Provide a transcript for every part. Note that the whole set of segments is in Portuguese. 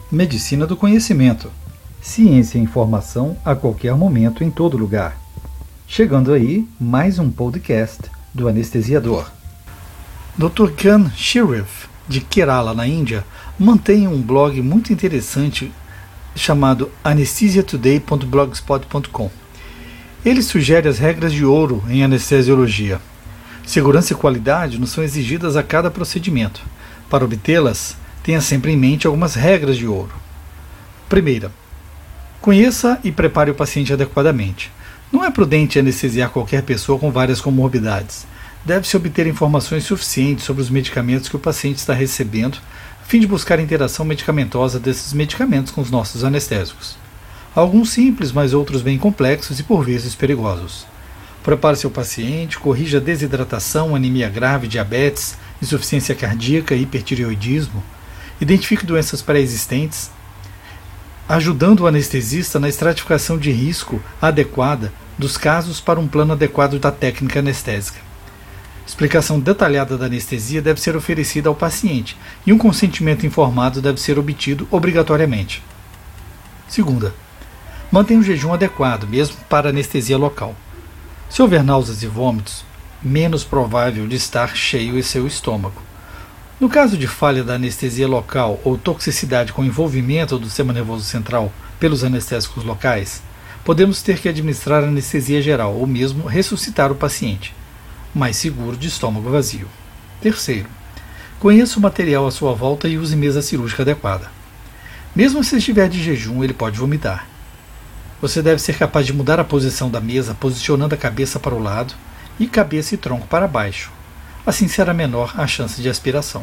Medicina do conhecimento. Ciência e informação a qualquer momento, em todo lugar. Chegando aí, mais um podcast do Anestesiador. Dr. Khan Shirif, de Kerala, na Índia, mantém um blog muito interessante chamado anesthesiatoday.blogspot.com. Ele sugere as regras de ouro em anestesiologia. Segurança e qualidade não são exigidas a cada procedimento. Para obtê-las, tenha sempre em mente algumas regras de ouro. Primeira, conheça e prepare o paciente adequadamente. Não é prudente anestesiar qualquer pessoa com várias comorbidades. Deve-se obter informações suficientes sobre os medicamentos que o paciente está recebendo, a fim de buscar a interação medicamentosa desses medicamentos com os nossos anestésicos. Alguns simples, mas outros bem complexos e por vezes perigosos. Prepare seu paciente, corrija desidratação, anemia grave, diabetes, insuficiência cardíaca e hipertireoidismo. Identifique doenças pré-existentes, ajudando o anestesista na estratificação de risco adequada dos casos para um plano adequado da técnica anestésica. Explicação detalhada da anestesia deve ser oferecida ao paciente e um consentimento informado deve ser obtido obrigatoriamente. Segunda, mantenha um jejum adequado, mesmo para anestesia local. Se houver náuseas e vômitos, menos provável de estar cheio em seu estômago. No caso de falha da anestesia local ou toxicidade com envolvimento do sistema nervoso central pelos anestésicos locais, podemos ter que administrar anestesia geral ou mesmo ressuscitar o paciente, mais seguro de estômago vazio. Terceiro, conheça o material à sua volta e use mesa cirúrgica adequada. Mesmo se estiver de jejum, ele pode vomitar. Você deve ser capaz de mudar a posição da mesa, posicionando a cabeça para o lado e cabeça e tronco para baixo. Assim será menor a chance de aspiração.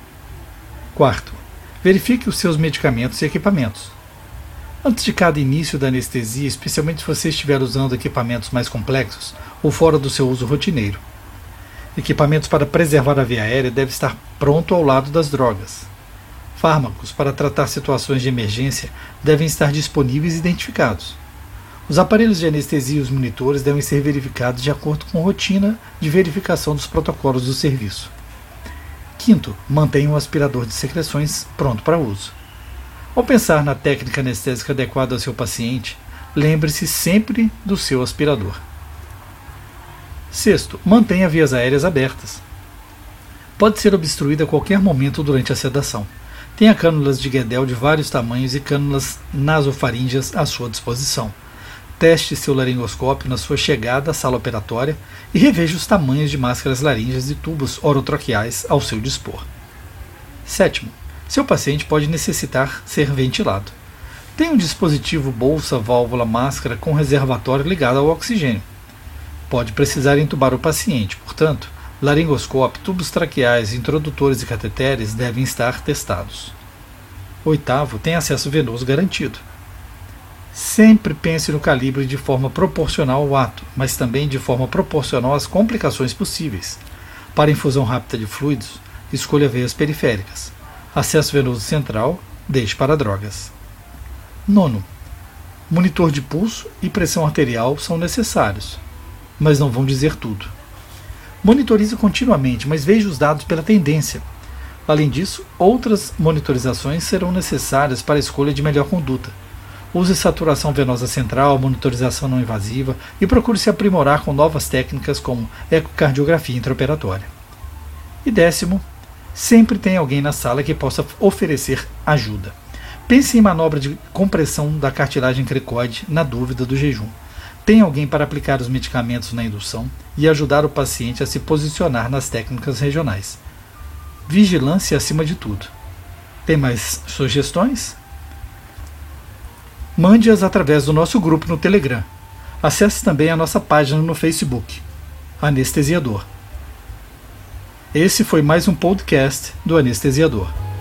Quarto, verifique os seus medicamentos e equipamentos. Antes de cada início da anestesia, especialmente se você estiver usando equipamentos mais complexos ou fora do seu uso rotineiro. Equipamentos para preservar a via aérea devem estar pronto ao lado das drogas. Fármacos para tratar situações de emergência devem estar disponíveis e identificados. Os aparelhos de anestesia e os monitores devem ser verificados de acordo com a rotina de verificação dos protocolos do serviço. Quinto, mantenha um aspirador de secreções pronto para uso. Ao pensar na técnica anestésica adequada ao seu paciente, lembre-se sempre do seu aspirador. Sexto, mantenha vias aéreas abertas. Pode ser obstruída a qualquer momento durante a sedação. Tenha cânulas de Guedel de vários tamanhos e cânulas nasofaríngeas à sua disposição. Teste seu laringoscópio na sua chegada à sala operatória e reveja os tamanhos de máscaras laríngeas e tubos orotraqueais ao seu dispor. Sétimo, seu paciente pode necessitar ser ventilado. Tenha um dispositivo bolsa, válvula, máscara com reservatório ligado ao oxigênio. Pode precisar entubar o paciente, portanto, laringoscópio, tubos traqueais, introdutores e cateteres devem estar testados. Oitavo, tenha acesso venoso garantido. Sempre pense no calibre de forma proporcional ao ato, mas também de forma proporcional às complicações possíveis. Para infusão rápida de fluidos, escolha veias periféricas. Acesso venoso central, deixe para drogas. Nono, monitor de pulso e pressão arterial são necessários, mas não vão dizer tudo. Monitorize continuamente, mas veja os dados pela tendência. Além disso, outras monitorizações serão necessárias para a escolha de melhor conduta. Use saturação venosa central, monitorização não invasiva e procure se aprimorar com novas técnicas como ecocardiografia intraoperatória. E décimo, sempre tem alguém na sala que possa oferecer ajuda. Pense em manobra de compressão da cartilagem cricoide na dúvida do jejum. Tem alguém para aplicar os medicamentos na indução e ajudar o paciente a se posicionar nas técnicas regionais. Vigilância acima de tudo. Tem mais sugestões? Mande-as através do nosso grupo no Telegram. Acesse também a nossa página no Facebook, Anestesiador. Esse foi mais um podcast do Anestesiador.